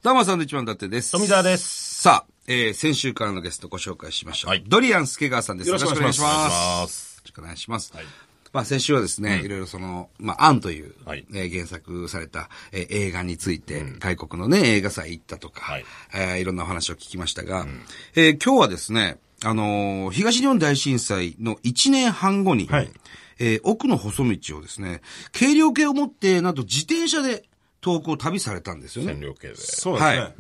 どうもサンドウィッチマン伊達です。 富澤です。 さあ、先週からのゲストご紹介しましょう。はい、ドリアン助川さんです。 よろしくお願いします。よろしくお願いします。はい、まあ先週はですね、いろいろその、まあアンという、原作された、映画について、外国のね、映画祭行ったとか、いろんなお話を聞きましたが、今日はですね、東日本大震災の1年半後に、奥の細道をですね、軽量計を持って、なんと自転車で、遠くを旅されたんですよね。 軽量計で。そうですね。はい。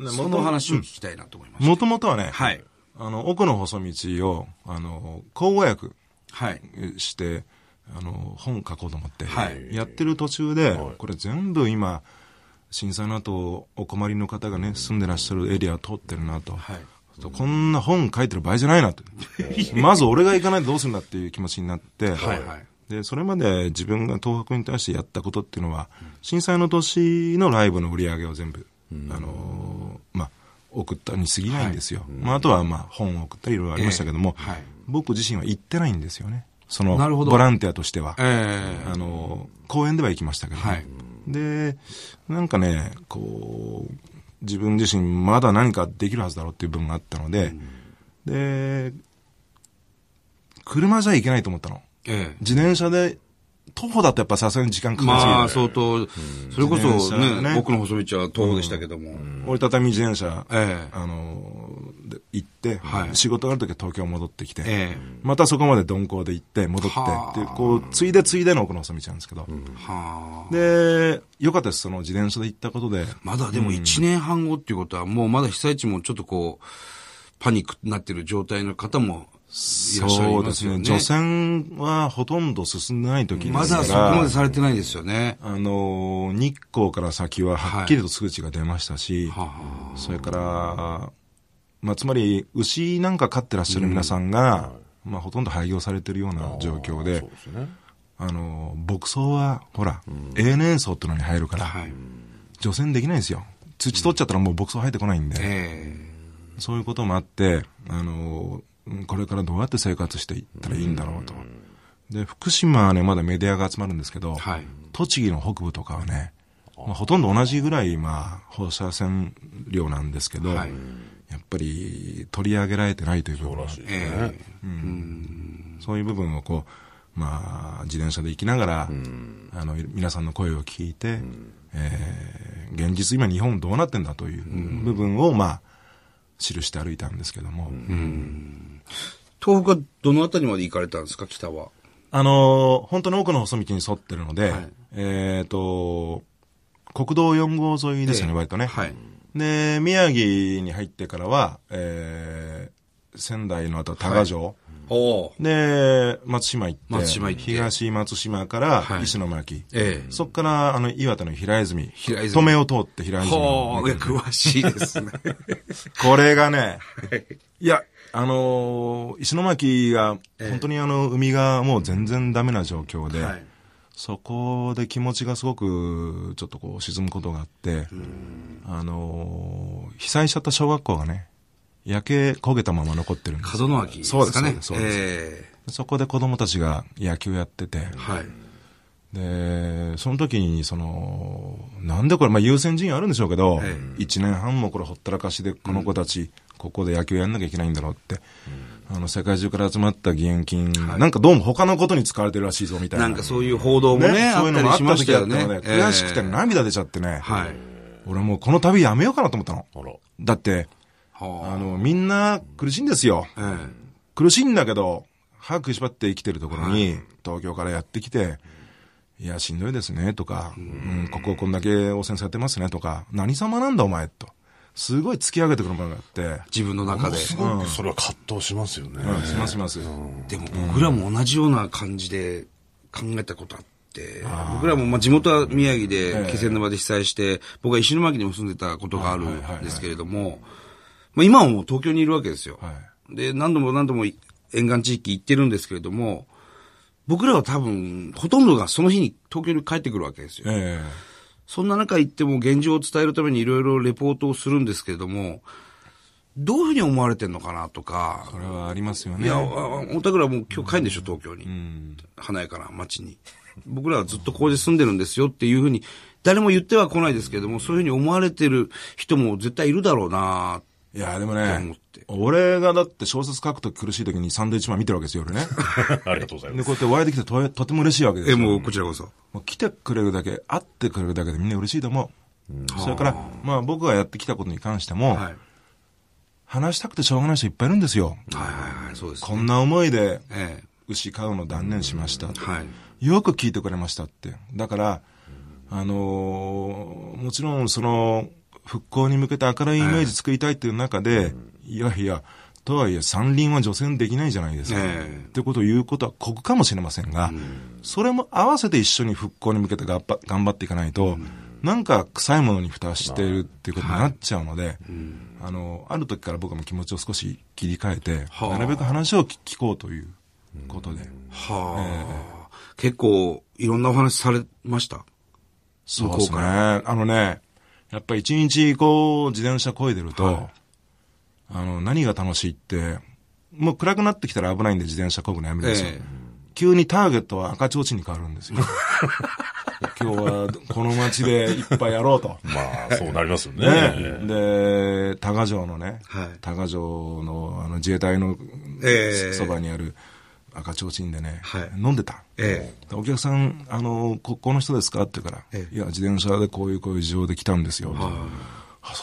その話を聞きたいなと思いました。 もともとはね、はい。奥の細道を、口語訳して、本書こうと思って、やってる途中で、これ全部今、震災の後、お困りの方がね、住んでらっしゃるエリアを通ってるなと。こんな本書いてる場合じゃないなと。まず俺が行かないとどうするんだっていう気持ちになって、で、それまで自分が東北に対してやったことっていうのは、震災の年のライブの売り上げを全部、まあ、送ったに過ぎないんですよ。まあ、あとはまあ、本を送ったりいろいろありましたけども、僕自身は行ってないんですよね。その、ボランティアとしては。公園では行きましたけど、で、なんかね、こう、自分自身まだ何かできるはずだろうっていう部分があったので、で、車じゃいけないと思ったの。自転車で、徒歩だとやっぱさすがに時間かかる。 まあ、相当、それこそね、奥の細道は徒歩でしたけども。 折りたたみ自転車、行って、仕事があるときは東京戻ってきて、またそこまで鈍行で行って戻ってっていう、こう、ついでの奥の細道なんですけど。で、よかったです、その自転車で行ったことで。 まだでも1年半後っていうことは、もうまだ被災地もちょっとこう、パニックになってる状態の方も、 そうですね。除染はほとんど進んでない時ですから。 まだそこまでされてないですよね。 日光から先ははっきりと数値が出ましたし、それから、まあ、つまり、牛なんか飼ってらっしゃる皆さんが、まあ、ほとんど廃業されてるような状況で、牧草は、ほら、永年草ってのに入るから、除染できないんですよ。土取っちゃったらもう牧草生えてこないんで、そういうこともあって、これからどうやって生活していったらいいんだろうと。で、福島はね、まだメディアが集まるんですけど、栃木の北部とかはね、まあ、ほとんど同じぐらい、まあ、放射線量なんですけど、やっぱり取り上げられてないという部分があって、そういう部分をこう、まあ、自転車で行きながら、皆さんの声を聞いて、現実今日本どうなってんだという部分を、まあ、記して歩いたんですけども。 東北はどのあたりまで行かれたんですか、北は。 本当に奥の細道に沿ってるので、国道4号沿いですよね、割とね。で、宮城に入ってからは、仙台の後多賀城。で、松島行って、東松島から石巻。そこから、岩手の平泉。登米を通って平泉。 詳しいですね。 これがね、いや、石巻が、本当に海がもう全然ダメな状況で、そこで気持ちがすごく、ちょっとこう沈むことがあって、被災しちゃった小学校がね、焼け焦げたまま残ってるんです。 門脇ですかね。 そうです。そこで子供たちが野球やってて、で、その時に、なんでこれ、まあ優先順位あるんでしょうけど、1年半もこれほったらかしでこの子たち、ここで野球やんなきゃいけないんだろうって、世界中から集まった義援金、なんかどうも他のことに使われてるらしいぞみたいな。 なんかそういう報道もね、 そういうのもあった時だったので、悔しくて涙出ちゃってね、俺もうこの旅やめようかなと思ったの。だって、みんな苦しいんですよ。苦しいんだけど、歯食いしばって生きてるところに、東京からやってきて、いや、しんどいですね、とか、こここんだけ汚染されてますね、とか、何様なんだお前、と。すごい突き上げてくるものがあって。 自分の中で。 すごくそれは葛藤しますよね。 します。 でも僕らも同じような感じで考えたことあって、僕らもまあ地元は宮城で気仙沼で被災して、僕は石巻にも住んでたことがあるんですけれども、まあ今はもう東京にいるわけですよ。で、何度も沿岸地域行ってるんですけれども、僕らは多分、ほとんどがその日に東京に帰ってくるわけですよ。そんな中行っても現状を伝えるためにいろいろレポートをするんですけれども、どういうふうに思われてんのかなとか。 それはありますよね。 いや、おたくらもう今日帰るんでしょ、東京に。華やかな街に。僕らはずっとここで住んでるんですよっていうふうに誰も言っては来ないですけども、そういうふうに思われてる人も絶対いるだろうな。 いや、でもね、俺がだって小説書くとき苦しいときにサンドイッチマン見てるわけですよ、俺ね。 ありがとうございます。 で、こうやってお会いできてとても嬉しいわけですよ。 もうこちらこそ。 もう来てくれるだけ、会ってくれるだけでみんな嬉しいと思う。それから、まあ僕がやってきたことに関しても、はい、話したくてしょうがない人いっぱいいるんですよ。 はい、そうですね。 こんな思いで、牛飼うの断念しました。よく聞いてくれましたって。だから、もちろんその、復興に向けて明るいイメージ作りたいっていう中で、いやいや、とはいえ山林は除染できないじゃないですか。ってことを言うことは酷かもしれませんが、それも合わせて一緒に復興に向けて頑張っていかないと、なんか臭いものに蓋しているっていうことになっちゃうので、ある時から僕も気持ちを少し切り替えて、なるべく話を聞こうということで。 結構いろんなお話されました？ そうですね。やっぱり一日こう自転車漕いでると、何が楽しいって、もう暗くなってきたら危ないんで自転車漕ぐのやめるんですよ。急にターゲットは赤ちょうちんに変わるんですよ。今日はこの街でいっぱいやろうと。 まあ、そうなりますよね。 で、多賀城のね、多賀城の自衛隊のそばにある赤ちょうちんでね、飲んでた。お客さん、この人ですかって言うから、いや、自転車でこういう事情で来たんですよ。そう。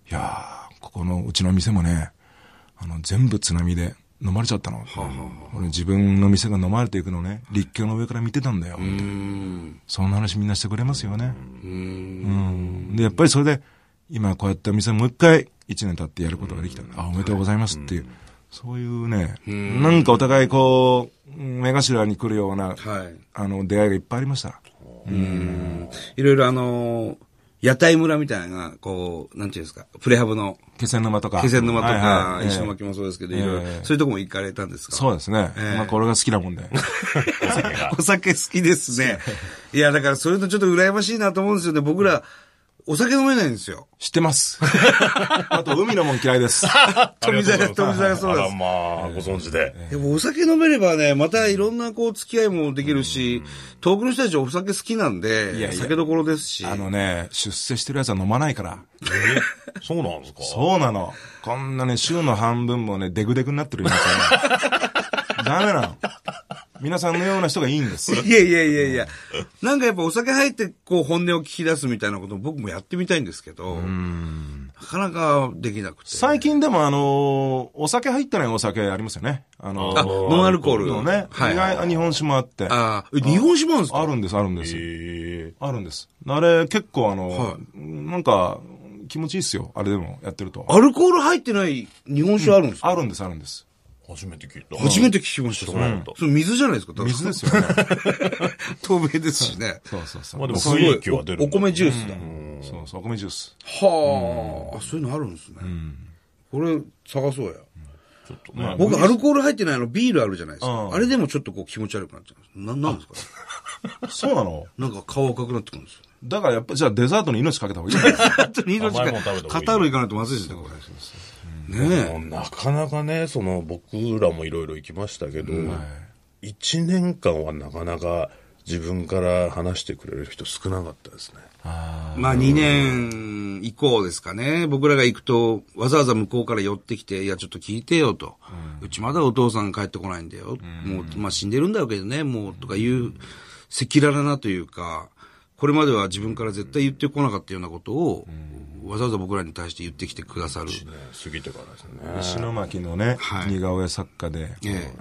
いやここのうちの店もね、全部津波で飲まれちゃったの。俺自分の店が飲まれていくのね、陸橋の上から見てたんだよ。そんな話みんなしてくれますよね。で、やっぱりそれで、今こうやってお店もう一回1年経ってやることができた。おめでとうございますっていう。そういうね、なんかお互いこう、目頭に来るような、出会いがいっぱいありました。 いろいろ屋台村みたいな、こう、なんていうんですか、プレハブの。 気仙沼とか。 気仙沼とか、石巻もそうですけど、いろいろ、そういうとこも行かれたんですか？ そうですね。まあ、これが好きなもんで。 お酒好きですね。いや、だからそれとちょっと羨ましいなと思うんですよね。僕ら、お酒飲めないんですよ。 知ってます。あと、海のもん嫌いです。 富澤そうです。 まあ、ご存知で。 でもお酒飲めればね、またいろんなこう付き合いもできるし、遠くの人たちお酒好きなんで、酒どころですし。 出世してるやつは飲まないから。 そうなんですか？ そうなの。こんなね、週の半分もね、デグデグになってるやつはね。ダメなの。皆さんのような人がいいんです。 いや。なんかやっぱお酒入ってこう本音を聞き出すみたいなことを僕もやってみたいんですけど、なかなかできなくて。 最近でもお酒入ってないお酒ありますよね。 ノンアルコールのね。日本酒もあって。 日本酒もあるんですか？ あるんです。あるんです。あれ結構なんか気持ちいいっすよ。あれでもやってると。 アルコール入ってない日本酒あるんですか？ あるんです。 初めて聞いた。 初めて聞きました。それ水じゃないですか？ 水ですよね。 透明ですしね。 そう。 まあでも雰囲気は出る。 お米ジュースだ。 そう、お米ジュース。 はあ、そういうのあるんですね。これ探そうや。 ちょっとね。 僕アルコール入ってないビールあるじゃないですか。あれでもちょっとこう気持ち悪くなっちゃうんです。なんですか？ そうなの？ なんか顔赤くなってくるんですよ。 だからやっぱじゃあデザートに命かけた方がいい。 デザートに命かけた方がいい。カタール行かないとまずいですね、これ。 なかなかね、僕らもいろいろ行きましたけど、1年間はなかなか自分から話してくれる人少なかったですね。 まあ2年以降ですかね。僕らが行くとわざわざ向こうから寄ってきて、いやちょっと聞いてよと。うちまだお父さん帰ってこないんだよ。もう、まあ死んでるんだけどね、もうとかいう赤裸々なというか、これまでは自分から絶対言ってこなかったようなことを、わざわざ僕らに対して言ってきてくださる。 過ぎてからですね。 石巻のね、似顔絵作家で、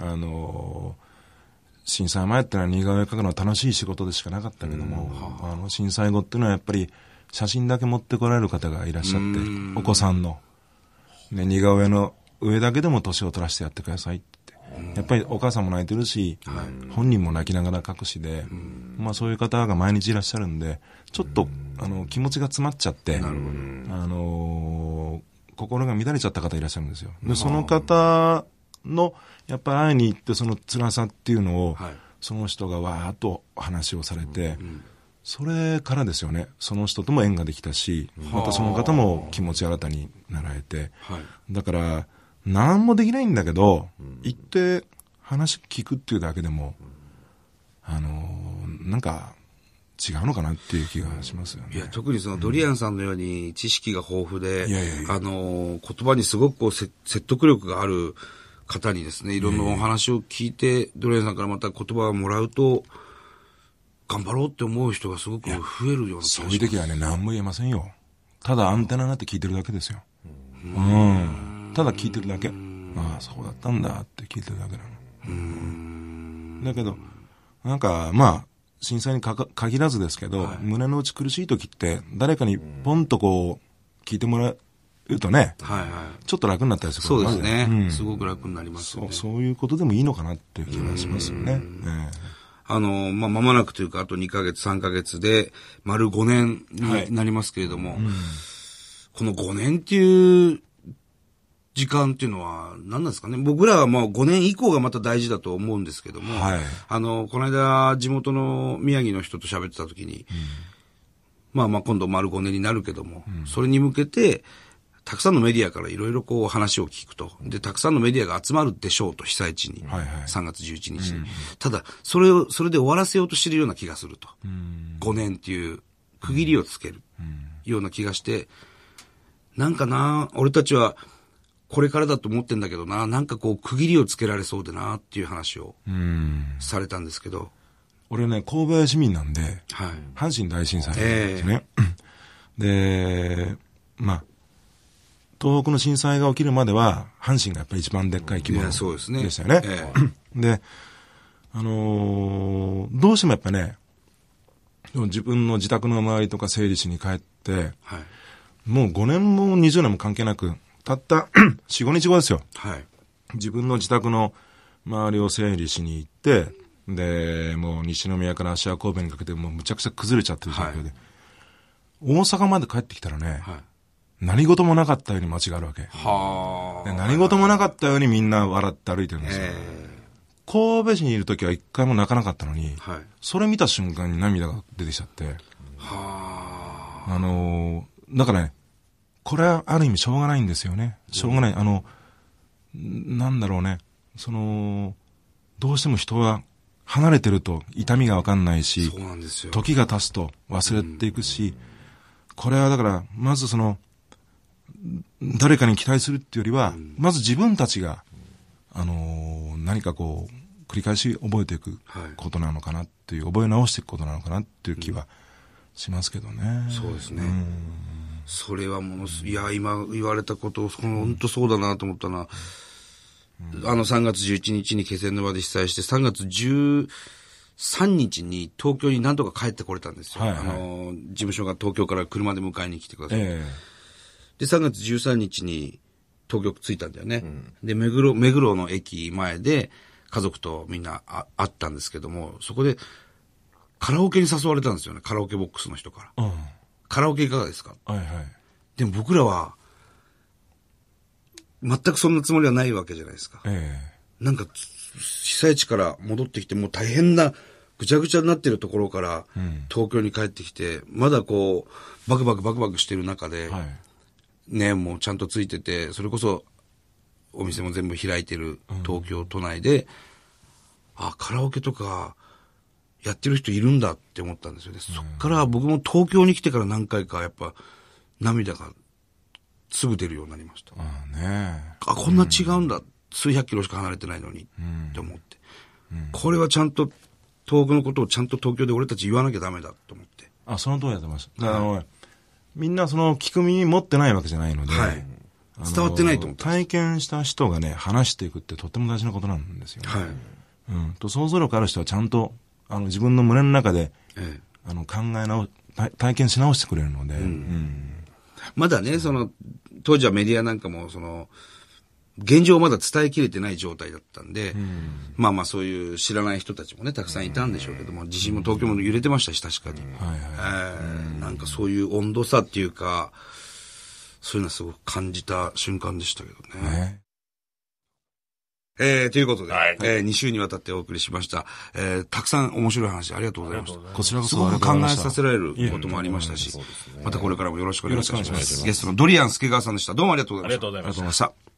震災前ってのは似顔絵描くのは楽しい仕事でしかなかったけども、震災後っていうのはやっぱり写真だけ持ってこられる方がいらっしゃって、お子さんの、ね、似顔絵の上だけでも年を取らせてやってくださいって。やっぱりお母さんも泣いてるし、本人も泣きながら描くしで、まあそういう方が毎日いらっしゃるんで、ちょっと気持ちが詰まっちゃって、心が乱れちゃった方いらっしゃるんですよ。で、その方のやっぱり会いに行ってその辛さっていうのを、その人がわーっと話をされて、それからですよね。その人とも縁ができたし、またその方も気持ち新たになられて、だから何もできないんだけど、行って話聞くっていうだけでも、なんか違うのかなっていう気がしますよね。 いや、特にそのドリアンさんのように知識が豊富で、言葉にすごくこう説得力がある方にですね、いろんなお話を聞いて、ドリアンさんからまた言葉をもらうと、頑張ろうって思う人がすごく増えるような気がします。 そういう時はね、何も言えませんよ。ただアンテナになって聞いてるだけですよ。ただ聞いてるだけ。ああ、そうだったんだって聞いてるだけなの。だけど、なんか、まあ、震災に限らずですけど、胸の内苦しい時って、誰かにポンとこう、聞いてもらうとね、ちょっと楽になったりする。 そうですね。すごく楽になりますよね。 そういうことでもいいのかなっていう気がしますよね。 まもなくというか、あと2ヶ月、3ヶ月で、丸5年になりますけれども、この5年っていう時間っていうのは何なんですかね。僕らはもう5年以降がまた大事だと思うんですけども、この間地元の宮城の人と喋ってた時に、今度丸5年になるけども、それに向けて、たくさんのメディアからいろいろこう話を聞くと。で、たくさんのメディアが集まるでしょうと、被災地に。3月11日に。ただ、それで終わらせようとしているような気がすると。5年っていう区切りをつけるような気がして、なんかな、俺たちはこれからだと思ってんだけどな、なんかこう区切りをつけられそうでなっていう話をされたんですけど。 俺ね、神戸市民なんで、阪神大震災ですね。で、東北の震災が起きるまでは、阪神がやっぱり一番でっかい規模でしたよね。で、どうしてもやっぱね、自分の自宅の周りとか整理しに帰って、もう5年も20年も関係なく、たった4、5日後ですよ。自分の自宅の周りを整理しに行って、で、もう西宮から芦屋神戸にかけてもうむちゃくちゃ崩れちゃってる状況で、大阪まで帰ってきたらね、何事もなかったように街があるわけ。何事もなかったようにみんな笑って歩いてるんですよ。神戸市にいるときは一回も泣かなかったのに、それ見た瞬間に涙が出てきちゃって。だからね、これはある意味しょうがないんですよね。しょうがない。なんだろうね。どうしても人は離れてると痛みがわかんないし、時が経つと忘れていくし、これはだから、まず誰かに期待するっていうよりは、まず自分たちが、何かこう、繰り返し覚えていくことなのかなっていう、覚え直していくことなのかなっていう気はしますけどね。 そうですね。それはいや、今言われたこと、本当そうだなと思ったな。3月11日に気仙沼で被災して、3月13日に東京に何とか帰ってこれたんですよ。事務所が東京から車で迎えに来てください。で、3月13日に東京着いたんだよね。で、目黒の駅前で家族とみんな会ったんですけども、そこでカラオケに誘われたんですよね。カラオケボックスの人から。カラオケいかがですか？でも僕らは、全くそんなつもりはないわけじゃないですか。なんか、被災地から戻ってきて、もう大変な、ぐちゃぐちゃになってるところから、東京に帰ってきて、まだこう、バクバクしてる中で、ね、もうちゃんとついてて、それこそ、お店も全部開いてる東京都内で、カラオケとか、やってる人いるんだって思ったんですよね。そっから僕も東京に来てから何回か、やっぱ、涙が、すぐ出るようになりました。こんな違うんだ。数百キロしか離れてないのに、って思って。これはちゃんと、東北のことをちゃんと東京で俺たち言わなきゃダメだと思って。 その通りだと思います。みんな聞く耳持ってないわけじゃないので、 伝わってないと思って。 体験した人がね、話していくってとっても大事なことなんですよね。想像力ある人はちゃんと、自分の胸の中で、体験し直してくれるので、 まだね、当時はメディアなんかも、現状をまだ伝えきれてない状態だったんで、そういう知らない人たちもね、たくさんいたんでしょうけども、地震も東京も揺れてましたし、確かに。なんかそういう温度差っていうか、そういうのはすごく感じた瞬間でしたけどね。ということで、2週にわたってお送りしました。たくさん面白い話ありがとうございました。 こちらこそすごく考えさせられることもありましたし、またこれからもよろしくお願いします。ゲストのドリアン助川さんでした。どうもありがとうございました。 ありがとうございました。